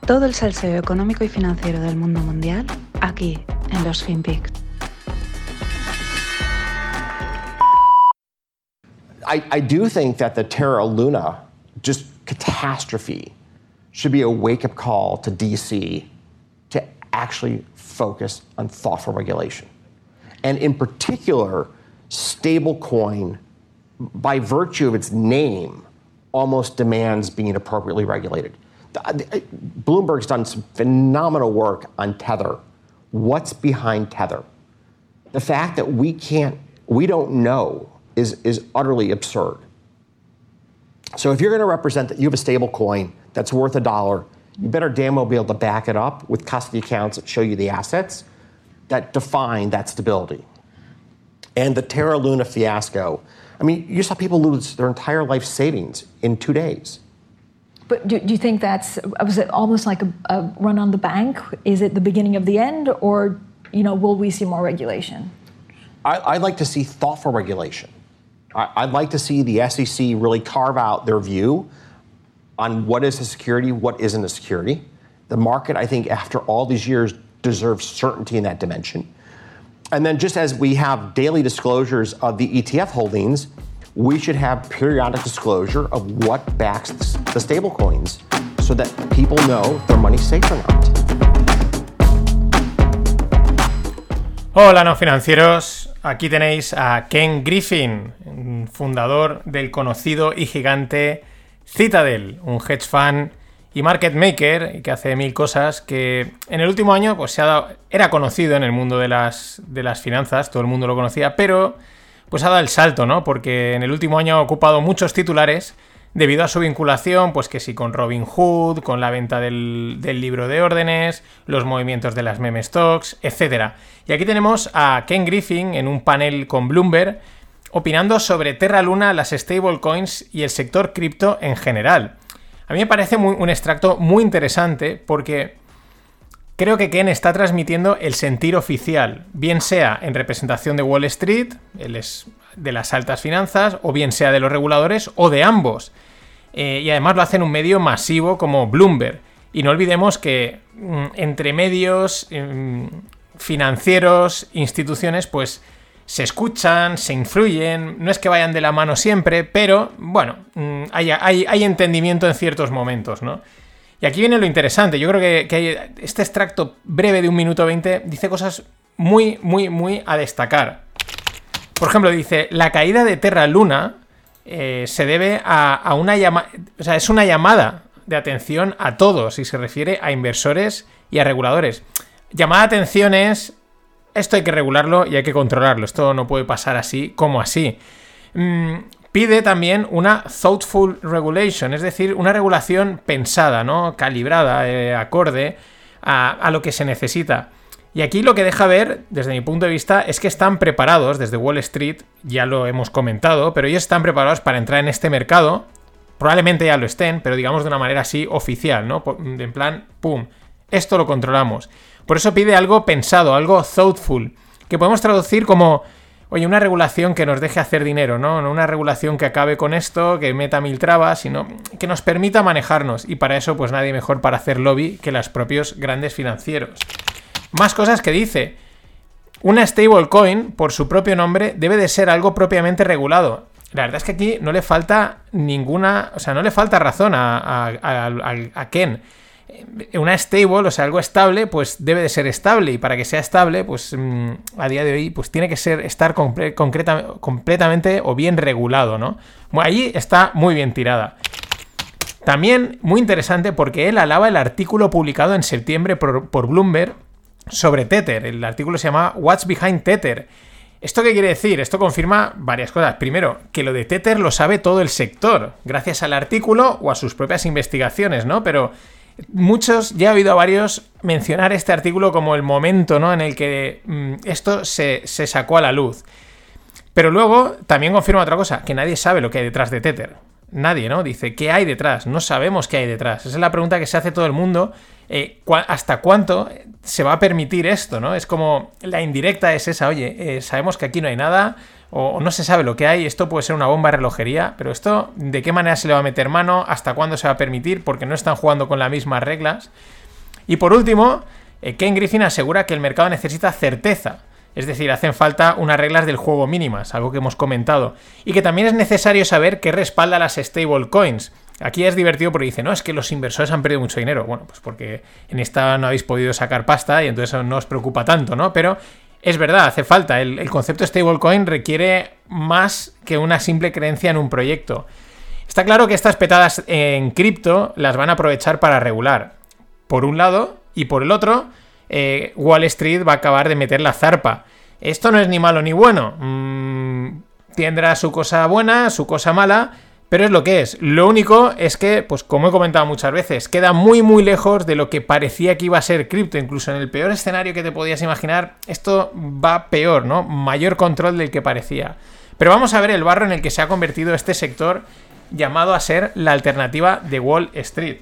Todo el salseo económico y financiero del mundo mundial, aquí, en los FinPix. I do think that the Terra Luna just catastrophe should be a wake-up call to DC to actually focus on thoughtful regulation. And in particular, stablecoin, by virtue of its name, almost demands being appropriately regulated. Bloomberg's done some phenomenal work on Tether. What's behind Tether? The fact that we don't know is utterly absurd. So if you're going to represent that you have a stable coin that's worth $1, you better damn well be able to back it up with custody accounts that show you the assets that define that stability. And the Terra Luna fiasco, I mean, you saw people lose their entire life savings in 2 days. But do you think was it almost like a run on the bank? Is it the beginning of the end, or, will we see more regulation? I'd like to see thoughtful regulation. I'd like to see the SEC really carve out their view on what is a security, what isn't a security. The market, I think, after all these years, deserves certainty in that dimension. And then just as we have daily disclosures of the ETF holdings, we should have periodic disclosure of what backs the stable coins so that people know their money's safe or not. Hola, no financieros. Aquí tenéis a Ken Griffin, fundador del conocido y gigante Citadel, un hedge fund y market maker que hace mil cosas, que en el último año pues era conocido en el mundo de las finanzas, todo el mundo lo conocía, pero pues ha dado el salto, ¿no? Porque en el último año ha ocupado muchos titulares debido a su vinculación, pues que sí, con Robinhood, con la venta del libro de órdenes, los movimientos de las meme stocks, etc. Y aquí tenemos a Ken Griffin en un panel con Bloomberg opinando sobre Terra Luna, las stablecoins y el sector cripto en general. A mí me parece un extracto muy interesante porque creo que Ken está transmitiendo el sentir oficial, bien sea en representación de Wall Street, él es de las altas finanzas, o bien sea de los reguladores, o de ambos. Y además lo hace en un medio masivo como Bloomberg. Y no olvidemos que entre medios financieros, instituciones, pues se escuchan, se influyen, no es que vayan de la mano siempre, pero bueno, hay entendimiento en ciertos momentos, ¿no? Y aquí viene lo interesante. Yo creo que este extracto breve de 1 minuto 20 dice cosas muy, muy, muy a destacar. Por ejemplo, dice, la caída de Terra Luna se debe a una llamada, o sea, es una llamada de atención a todos y se refiere a inversores y a reguladores. Llamada de atención es, esto hay que regularlo y hay que controlarlo, esto no puede pasar así como así. Pide también una thoughtful regulation, es decir, una regulación pensada, ¿no? Calibrada, acorde a lo que se necesita. Y aquí lo que deja ver, desde mi punto de vista, es que están preparados desde Wall Street, ya lo hemos comentado, pero ellos están preparados para entrar en este mercado, probablemente ya lo estén, pero digamos de una manera así oficial, ¿no? En plan, ¡pum!, esto lo controlamos. Por eso pide algo pensado, algo thoughtful, que podemos traducir como, oye, una regulación que nos deje hacer dinero, ¿no? No una regulación que acabe con esto, que meta 1000 trabas, sino que nos permita manejarnos. Y para eso, pues nadie mejor para hacer lobby que los propios grandes financieros. Más cosas que dice. Una stablecoin, por su propio nombre, debe de ser algo propiamente regulado. La verdad es que aquí no le falta no le falta razón a Ken. Una stable, o sea, algo estable, pues debe de ser estable. Y para que sea estable, pues a día de hoy, pues tiene que estar completamente o bien regulado, ¿no? Ahí está muy bien tirada. También muy interesante porque él alaba el artículo publicado en septiembre por Bloomberg sobre Tether. El artículo se llama What's Behind Tether. ¿Esto qué quiere decir? Esto confirma varias cosas. Primero, que lo de Tether lo sabe todo el sector, gracias al artículo o a sus propias investigaciones, ¿no? Pero ya he oído a varios mencionar este artículo como el momento, ¿no?, en el que esto se sacó a la luz. Pero luego también confirma otra cosa, que nadie sabe lo que hay detrás de Tether. Nadie, ¿no? Dice, ¿qué hay detrás? No sabemos qué hay detrás. Esa es la pregunta que se hace todo el mundo. ¿Hasta cuánto se va a permitir esto, no? Es como, la indirecta es esa, oye, sabemos que aquí no hay nada, o no se sabe lo que hay. Esto puede ser una bomba de relojería, pero esto, ¿de qué manera se le va a meter mano? ¿Hasta cuándo se va a permitir? Porque no están jugando con las mismas reglas. Y por último, Ken Griffin asegura que el mercado necesita certeza. Es decir, hacen falta unas reglas del juego mínimas, algo que hemos comentado. Y que también es necesario saber qué respalda las stablecoins. Aquí es divertido porque dice, no, es que los inversores han perdido mucho dinero. Bueno, pues porque en esta no habéis podido sacar pasta y entonces no os preocupa tanto, ¿no? Pero es verdad, hace falta. El concepto stablecoin requiere más que una simple creencia en un proyecto. Está claro que estas petadas en cripto las van a aprovechar para regular. Por un lado, y por el otro, Wall Street va a acabar de meter la zarpa. Esto no es ni malo ni bueno. Tendrá su cosa buena, su cosa mala, pero es lo que es. Lo único es que, pues como he comentado muchas veces, queda muy muy lejos de lo que parecía que iba a ser cripto. Incluso en el peor escenario que te podías imaginar, esto va peor, ¿no? Mayor control del que parecía. Pero vamos a ver el barro en el que se ha convertido este sector, llamado a ser la alternativa de Wall Street.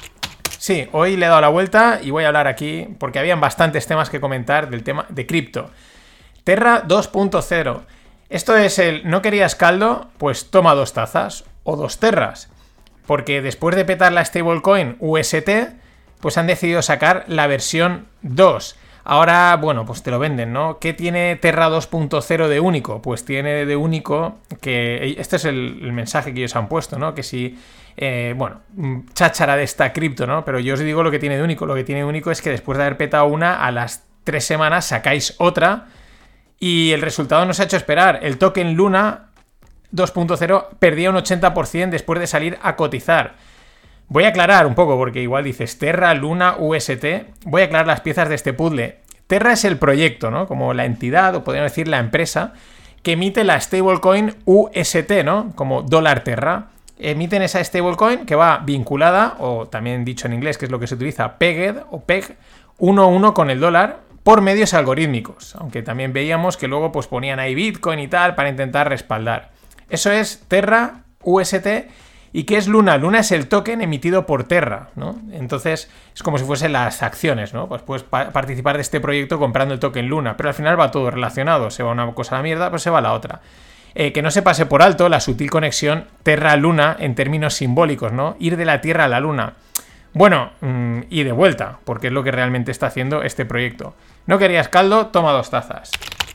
Sí, hoy le he dado la vuelta y voy a hablar aquí, porque habían bastantes temas que comentar del tema de cripto. Terra 2.0. Esto es el ¿no querías caldo? Pues toma 2 tazas o 2 terras. Porque después de petar la stablecoin UST, pues han decidido sacar la versión 2. Ahora, bueno, pues te lo venden, ¿no? ¿Qué tiene Terra 2.0 de único? Pues tiene de único que... Este es el mensaje que ellos han puesto, ¿no? Que si... bueno, cháchara de esta cripto, ¿no? Pero yo os digo lo que tiene de único. Lo que tiene de único es que después de haber petado una, a las 3 semanas sacáis otra y el resultado no se ha hecho esperar. El token Luna 2.0 perdía un 80% después de salir a cotizar. Voy a aclarar un poco, porque igual dices Terra, Luna, UST. Voy a aclarar las piezas de este puzzle. Terra es el proyecto, ¿no? Como la entidad, o podríamos decir la empresa, que emite la stablecoin UST, ¿no? Como dólar Terra. Emiten esa stablecoin que va vinculada, o también dicho en inglés, que es lo que se utiliza, pegged o peg, 1-1 con el dólar, por medios algorítmicos. Aunque también veíamos que luego pues ponían ahí Bitcoin y tal para intentar respaldar. Eso es Terra, UST. ¿Y qué es Luna? Luna es el token emitido por Terra, ¿no? Entonces es como si fuesen las acciones, ¿no? Pues puedes participar de este proyecto comprando el token Luna, pero al final va todo relacionado. Se va una cosa a la mierda, pues se va a la otra. Que no se pase por alto la sutil conexión Terra-Luna en términos simbólicos, ¿no? Ir de la Tierra a la Luna. Bueno, y de vuelta, porque es lo que realmente está haciendo este proyecto. ¿No querías caldo? Toma 2 tazas.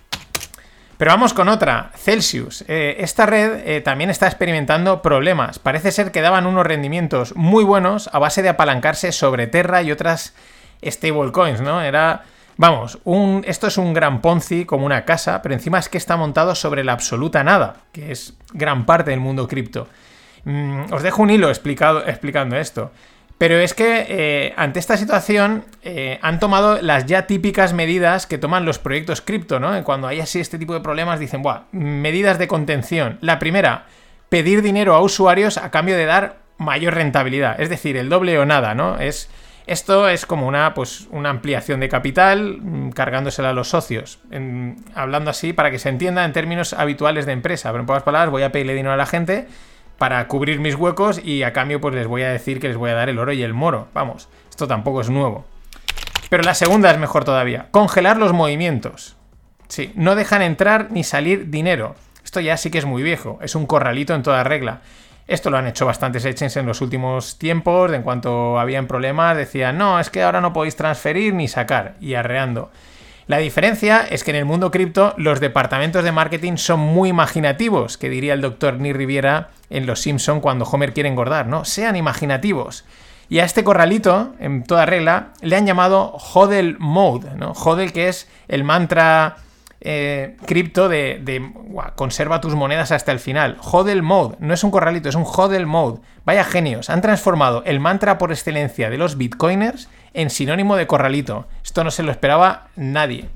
Pero vamos con otra, Celsius. Esta red también está experimentando problemas. Parece ser que daban unos rendimientos muy buenos a base de apalancarse sobre Terra y otras stablecoins, ¿no? Vamos, esto es un gran Ponzi como una casa, pero encima es que está montado sobre la absoluta nada, que es gran parte del mundo cripto. Os dejo un hilo explicando esto. Pero es que ante esta situación han tomado las ya típicas medidas que toman los proyectos cripto, ¿no? Cuando hay así este tipo de problemas dicen, ¡buah! Medidas de contención. La primera, pedir dinero a usuarios a cambio de dar mayor rentabilidad. Es decir, el doble o nada, ¿no? Esto es como una ampliación de capital cargándosela a los socios. Hablando así para que se entienda en términos habituales de empresa. Pero en pocas palabras, voy a pedirle dinero a la gente para cubrir mis huecos y a cambio pues les voy a decir que les voy a dar el oro y el moro. Vamos, esto tampoco es nuevo. Pero la segunda es mejor todavía. Congelar los movimientos. Sí, no dejan entrar ni salir dinero. Esto ya sí que es muy viejo. Es un corralito en toda regla. Esto lo han hecho bastantes exchanges en los últimos tiempos. En cuanto habían problemas decían, no, es que ahora no podéis transferir ni sacar. Y arreando. La diferencia es que en el mundo cripto los departamentos de marketing son muy imaginativos, que diría el Dr. Nick Riviera en Los Simpson cuando Homer quiere engordar, ¿no? Sean imaginativos. Y a este corralito, en toda regla, le han llamado HODL Mode, ¿no? HODL, que es el mantra cripto de conserva tus monedas hasta el final. HODL Mode, no es un corralito, es un HODL Mode. Vaya genios, han transformado el mantra por excelencia de los bitcoiners en sinónimo de corralito. Esto no se lo esperaba nadie.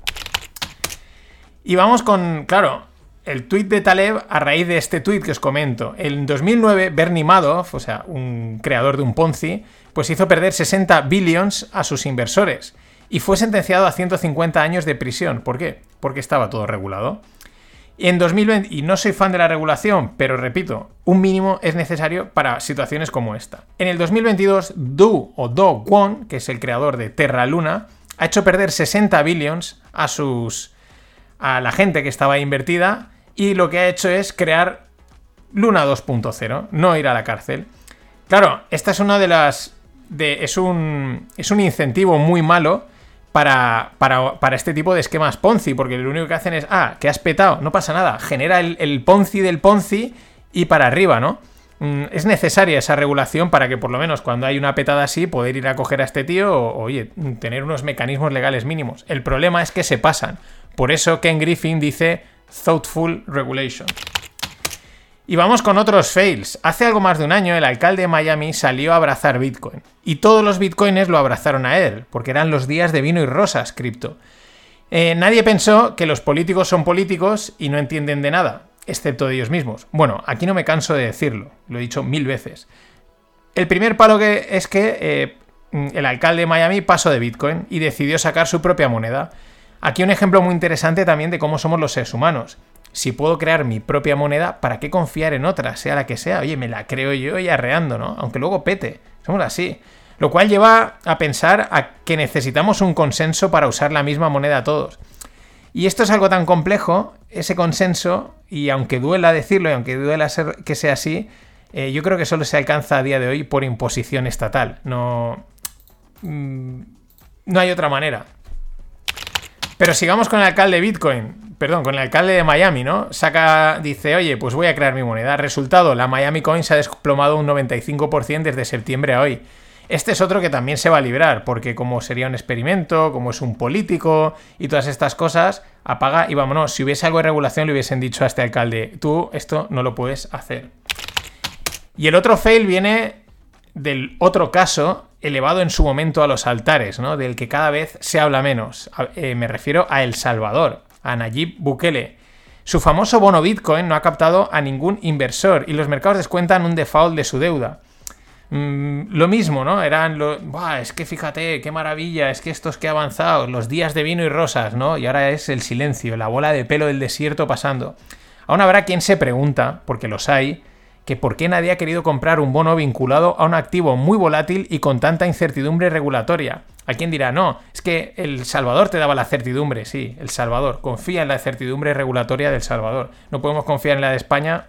Y vamos con, claro, el tuit de Taleb a raíz de este tuit que os comento. En 2009, Bernie Madoff, o sea, un creador de un Ponzi, pues hizo perder 60 billions a sus inversores y fue sentenciado a 150 años de prisión. ¿Por qué? Porque estaba todo regulado. En 2020, y no soy fan de la regulación, pero repito, un mínimo es necesario para situaciones como esta. En el 2022, Do Kwon, que es el creador de Terra Luna, ha hecho perder 60 billions a la gente que estaba invertida y lo que ha hecho es crear Luna 2.0, no ir a la cárcel. Claro, esta es una de las... es un incentivo muy malo para este tipo de esquemas Ponzi, porque lo único que hacen es, que has petado, no pasa nada, genera el Ponzi del Ponzi y para arriba, ¿no? Es necesaria esa regulación para que por lo menos cuando hay una petada así poder ir a coger a este tío o, oye, tener unos mecanismos legales mínimos. El problema es que se pasan. Por eso Ken Griffin dice thoughtful regulation. Y vamos con otros fails. Hace algo más de un año el alcalde de Miami salió a abrazar Bitcoin. Y todos los bitcoiners lo abrazaron a él, porque eran los días de vino y rosas cripto. Nadie pensó que los políticos son políticos y no entienden de nada, excepto de ellos mismos. Bueno, aquí no me canso de decirlo, lo he dicho 1000 veces. El primer palo es que el alcalde de Miami pasó de Bitcoin y decidió sacar su propia moneda. Aquí un ejemplo muy interesante también de cómo somos los seres humanos. Si puedo crear mi propia moneda, ¿para qué confiar en otra, sea la que sea? Oye, me la creo yo y arreando, ¿no? Aunque luego pete. Somos así. Lo cual lleva a pensar a que necesitamos un consenso para usar la misma moneda todos. Y esto es algo tan complejo, ese consenso, y aunque duela decirlo y aunque duela que sea así, yo creo que solo se alcanza a día de hoy por imposición estatal. No hay otra manera. Pero sigamos con el alcalde de Bitcoin, con el alcalde de Miami, ¿no? Dice, oye, pues voy a crear mi moneda. Resultado, la Miami Coin se ha desplomado un 95% desde septiembre a hoy. Este es otro que también se va a librar, porque como sería un experimento, como es un político y todas estas cosas, apaga y vámonos. Si hubiese algo de regulación le hubiesen dicho a este alcalde, tú esto no lo puedes hacer. Y el otro fail viene del otro caso elevado en su momento a los altares, ¿no? Del que cada vez se habla menos. Me refiero a El Salvador, a Nayib Bukele. Su famoso bono Bitcoin no ha captado a ningún inversor y los mercados descuentan un default de su deuda. Lo mismo, ¿no? Es que fíjate, qué maravilla, es que estos que avanzados, los días de vino y rosas, ¿no? Y ahora es el silencio, la bola de pelo del desierto pasando. Aún habrá quien se pregunta, porque los hay, que por qué nadie ha querido comprar un bono vinculado a un activo muy volátil y con tanta incertidumbre regulatoria. Hay quien dirá, no, es que El Salvador te daba la certidumbre, sí, El Salvador, confía en la certidumbre regulatoria del Salvador. No podemos confiar en la de España.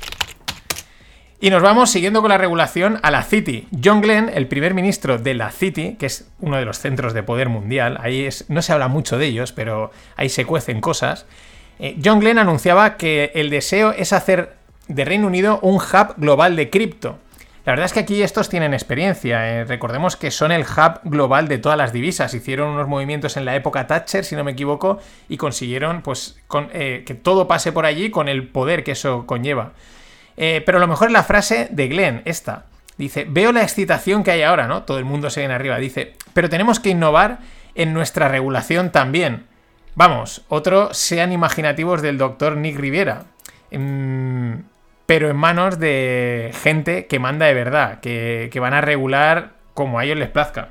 Y nos vamos, siguiendo con la regulación, a la Citi. John Glenn, el primer ministro de la Citi, que es uno de los centros de poder mundial, no se habla mucho de ellos, pero ahí se cuecen cosas. John Glenn anunciaba que el deseo es hacer de Reino Unido un hub global de cripto. La verdad es que aquí estos tienen experiencia. Recordemos que son el hub global de todas las divisas. Hicieron unos movimientos en la época Thatcher, si no me equivoco, y consiguieron que todo pase por allí con el poder que eso conlleva. Pero lo mejor es la frase de Glenn, esta. Dice, veo la excitación que hay ahora, ¿no? Todo el mundo se viene arriba. Dice, pero tenemos que innovar en nuestra regulación también. Vamos, sean imaginativos del doctor Nick Riviera. Pero en manos de gente que manda de verdad, que van a regular como a ellos les plazca.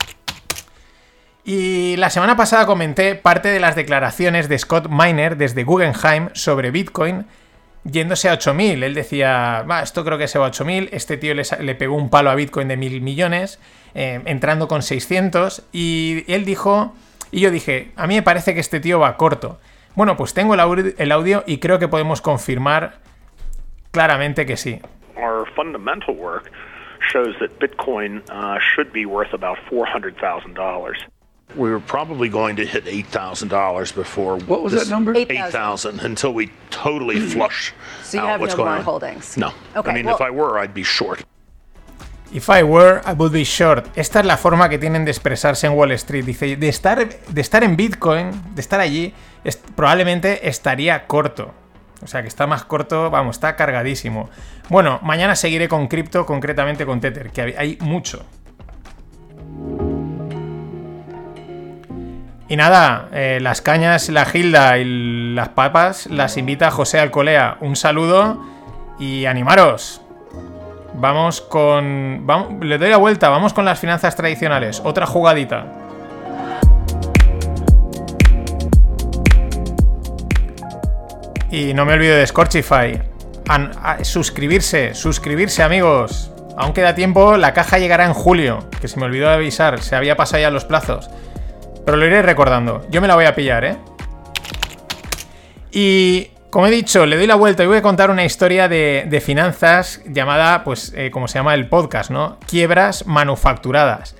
Y la semana pasada comenté parte de las declaraciones de Scott Miner desde Guggenheim sobre Bitcoin yéndose a 8.000. Él decía, esto creo que se va a 8.000. Este tío le pegó un palo a Bitcoin de 1.000 millones, entrando con 600. Y él dijo, y yo dije, a mí me parece que este tío va corto. Bueno, pues tengo el audio y creo que podemos confirmar claramente que sí. Our fundamental work shows that Bitcoin should be worth about $400,000. We were probably going to hit $8,000 before. What was that number? 8,000 until we totally flush So you out have what's no going more on. holdings? No. Okay, I mean, well- if I were, I'd be short. If I were, I would be short. Esta es la forma que tienen de expresarse en Wall Street. Dice, de estar en Bitcoin, de estar allí, probablemente estaría corto. O sea, que está más corto, vamos, está cargadísimo. Bueno, mañana seguiré con cripto, concretamente con Tether, que hay mucho. Y nada, las cañas, la Gilda y las papas las invita José Alcolea. Un saludo y animaros. Le doy la vuelta, vamos con las finanzas tradicionales. Otra jugadita. Y no me olvido de Scorchify. Suscribirse, amigos. Aún queda tiempo, la caja llegará en julio. Que se me olvidó de avisar, se había pasado ya los plazos. Pero lo iré recordando. Yo me la voy a pillar, ¿eh? Y Como he dicho, le doy la vuelta y voy a contar una historia de finanzas llamada, pues, como se llama el podcast, ¿no? Quiebras manufacturadas.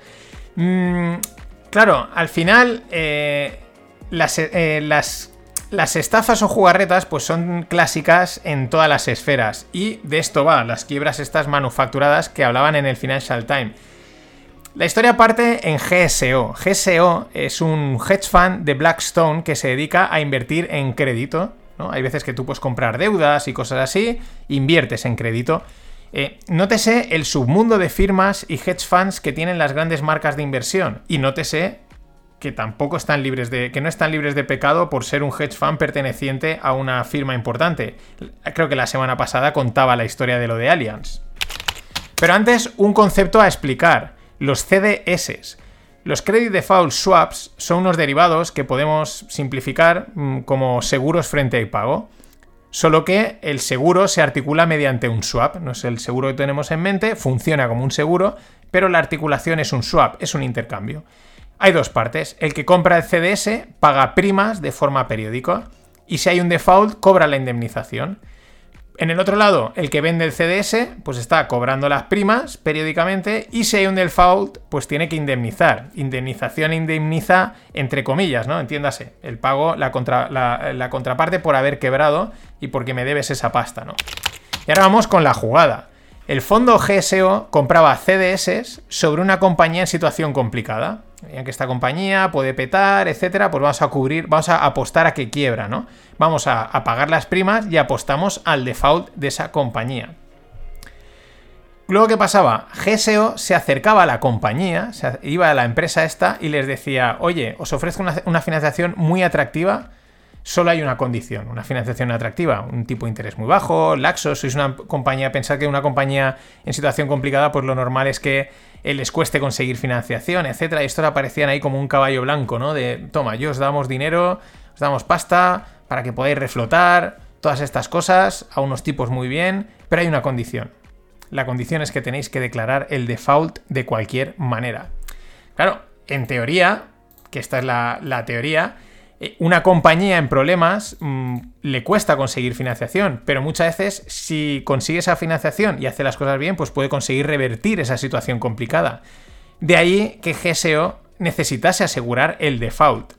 Claro, al final, las estafas o jugarretas, pues, son clásicas en todas las esferas. Y de esto va, las quiebras estas manufacturadas que hablaban en el Financial Times. La historia parte en GSO. GSO es un hedge fund de Blackstone que se dedica a invertir en crédito, ¿no? Hay veces que tú puedes comprar deudas y cosas así, inviertes en crédito. Nótese el submundo de firmas y hedge funds que tienen las grandes marcas de inversión. Y nótese que tampoco están libres que no están libres de pecado por ser un hedge fund perteneciente a una firma importante. Creo que la semana pasada contaba la historia de lo de Allianz. Pero antes, un concepto a explicar. Los CDS. Los Credit Default Swaps son unos derivados que podemos simplificar como seguros frente a impago. Solo que el seguro se articula mediante un swap. No es el seguro que tenemos en mente, funciona como un seguro, pero la articulación es un swap, es un intercambio. Hay dos partes. El que compra el CDS paga primas de forma periódica y si hay un default cobra la indemnización. En el otro lado, el que vende el CDS pues está cobrando las primas periódicamente y si hay un default pues tiene que indemnizar. Indemnización indemniza entre comillas, ¿no? Entiéndase, el pago, la contraparte por haber quebrado y porque me debes esa pasta, ¿no? Y ahora vamos con la jugada. El fondo GSO compraba CDS sobre una compañía en situación complicada. Veían que esta compañía puede petar, etcétera, pues vamos a apostar a que quiebra, ¿no? Vamos a pagar las primas y apostamos al default de esa compañía. Luego, ¿qué pasaba? GSO se acercaba a la compañía, iba a la empresa esta y les decía, oye, os ofrezco una financiación muy atractiva. Solo hay una condición, una financiación atractiva, un tipo de interés muy bajo, laxo, sois una compañía, pensad que una compañía en situación complicada, pues lo normal es que les cueste conseguir financiación, etcétera, y estos aparecían ahí como un caballo blanco, ¿no? De, toma, yo os damos dinero, os damos pasta para que podáis reflotar, todas estas cosas, a unos tipos muy bien, pero hay una condición. La condición es que tenéis que declarar el default de cualquier manera. Claro, en teoría, que esta es la teoría, una compañía en problemas le cuesta conseguir financiación, pero muchas veces si consigue esa financiación y hace las cosas bien, pues puede conseguir revertir esa situación complicada. De ahí que GSO necesitase asegurar el default.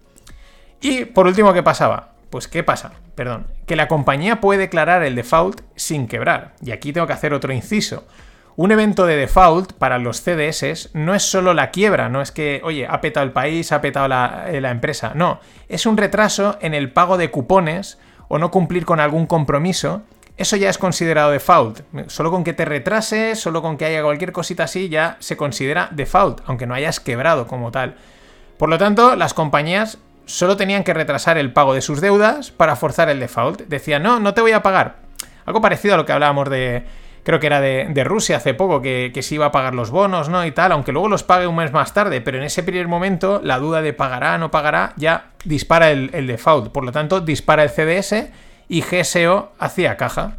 Y por último, ¿qué pasaba? Pues ¿qué pasa? Perdón, que la compañía puede declarar el default sin quebrar. Y aquí tengo que hacer otro inciso. Un evento de default para los CDS no es solo la quiebra, no es que, oye, ha petado el país, ha petado la empresa. No, es un retraso en el pago de cupones o no cumplir con algún compromiso. Eso ya es considerado default. Solo con que te retrases, solo con que haya cualquier cosita así, ya se considera default, aunque no hayas quebrado como tal. Por lo tanto, las compañías solo tenían que retrasar el pago de sus deudas para forzar el default. Decían, no te voy a pagar. Algo parecido a lo que hablábamos creo que era de Rusia hace poco, que se iba a pagar los bonos, ¿no? Y tal, aunque luego los pague un mes más tarde, pero en ese primer momento la duda de pagará o no pagará ya dispara el default. Por lo tanto, dispara el CDS y GSO hacía caja.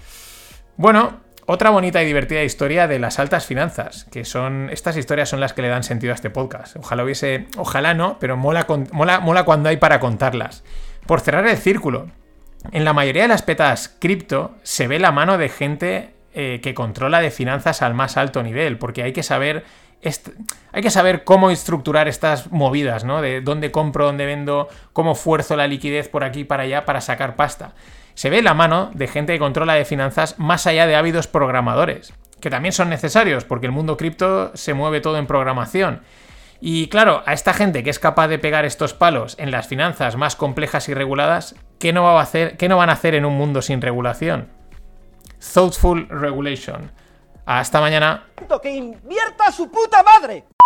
Bueno, otra bonita y divertida historia de las altas finanzas, que son estas historias son las que le dan sentido a este podcast. Ojalá no, pero mola cuando hay para contarlas. Por cerrar el círculo, en la mayoría de las petas cripto se ve la mano de gente que controla de finanzas al más alto nivel, porque hay que saber cómo estructurar estas movidas, ¿no? De dónde compro, dónde vendo, cómo fuerzo la liquidez por aquí y para allá para sacar pasta. Se ve la mano de gente que controla de finanzas más allá de ávidos programadores, que también son necesarios, porque el mundo cripto se mueve todo en programación. Y claro, a esta gente que es capaz de pegar estos palos en las finanzas más complejas y reguladas, ¿qué no van a hacer en un mundo sin regulación? Thoughtful Regulation. Hasta mañana. ¡Que invierta su puta madre!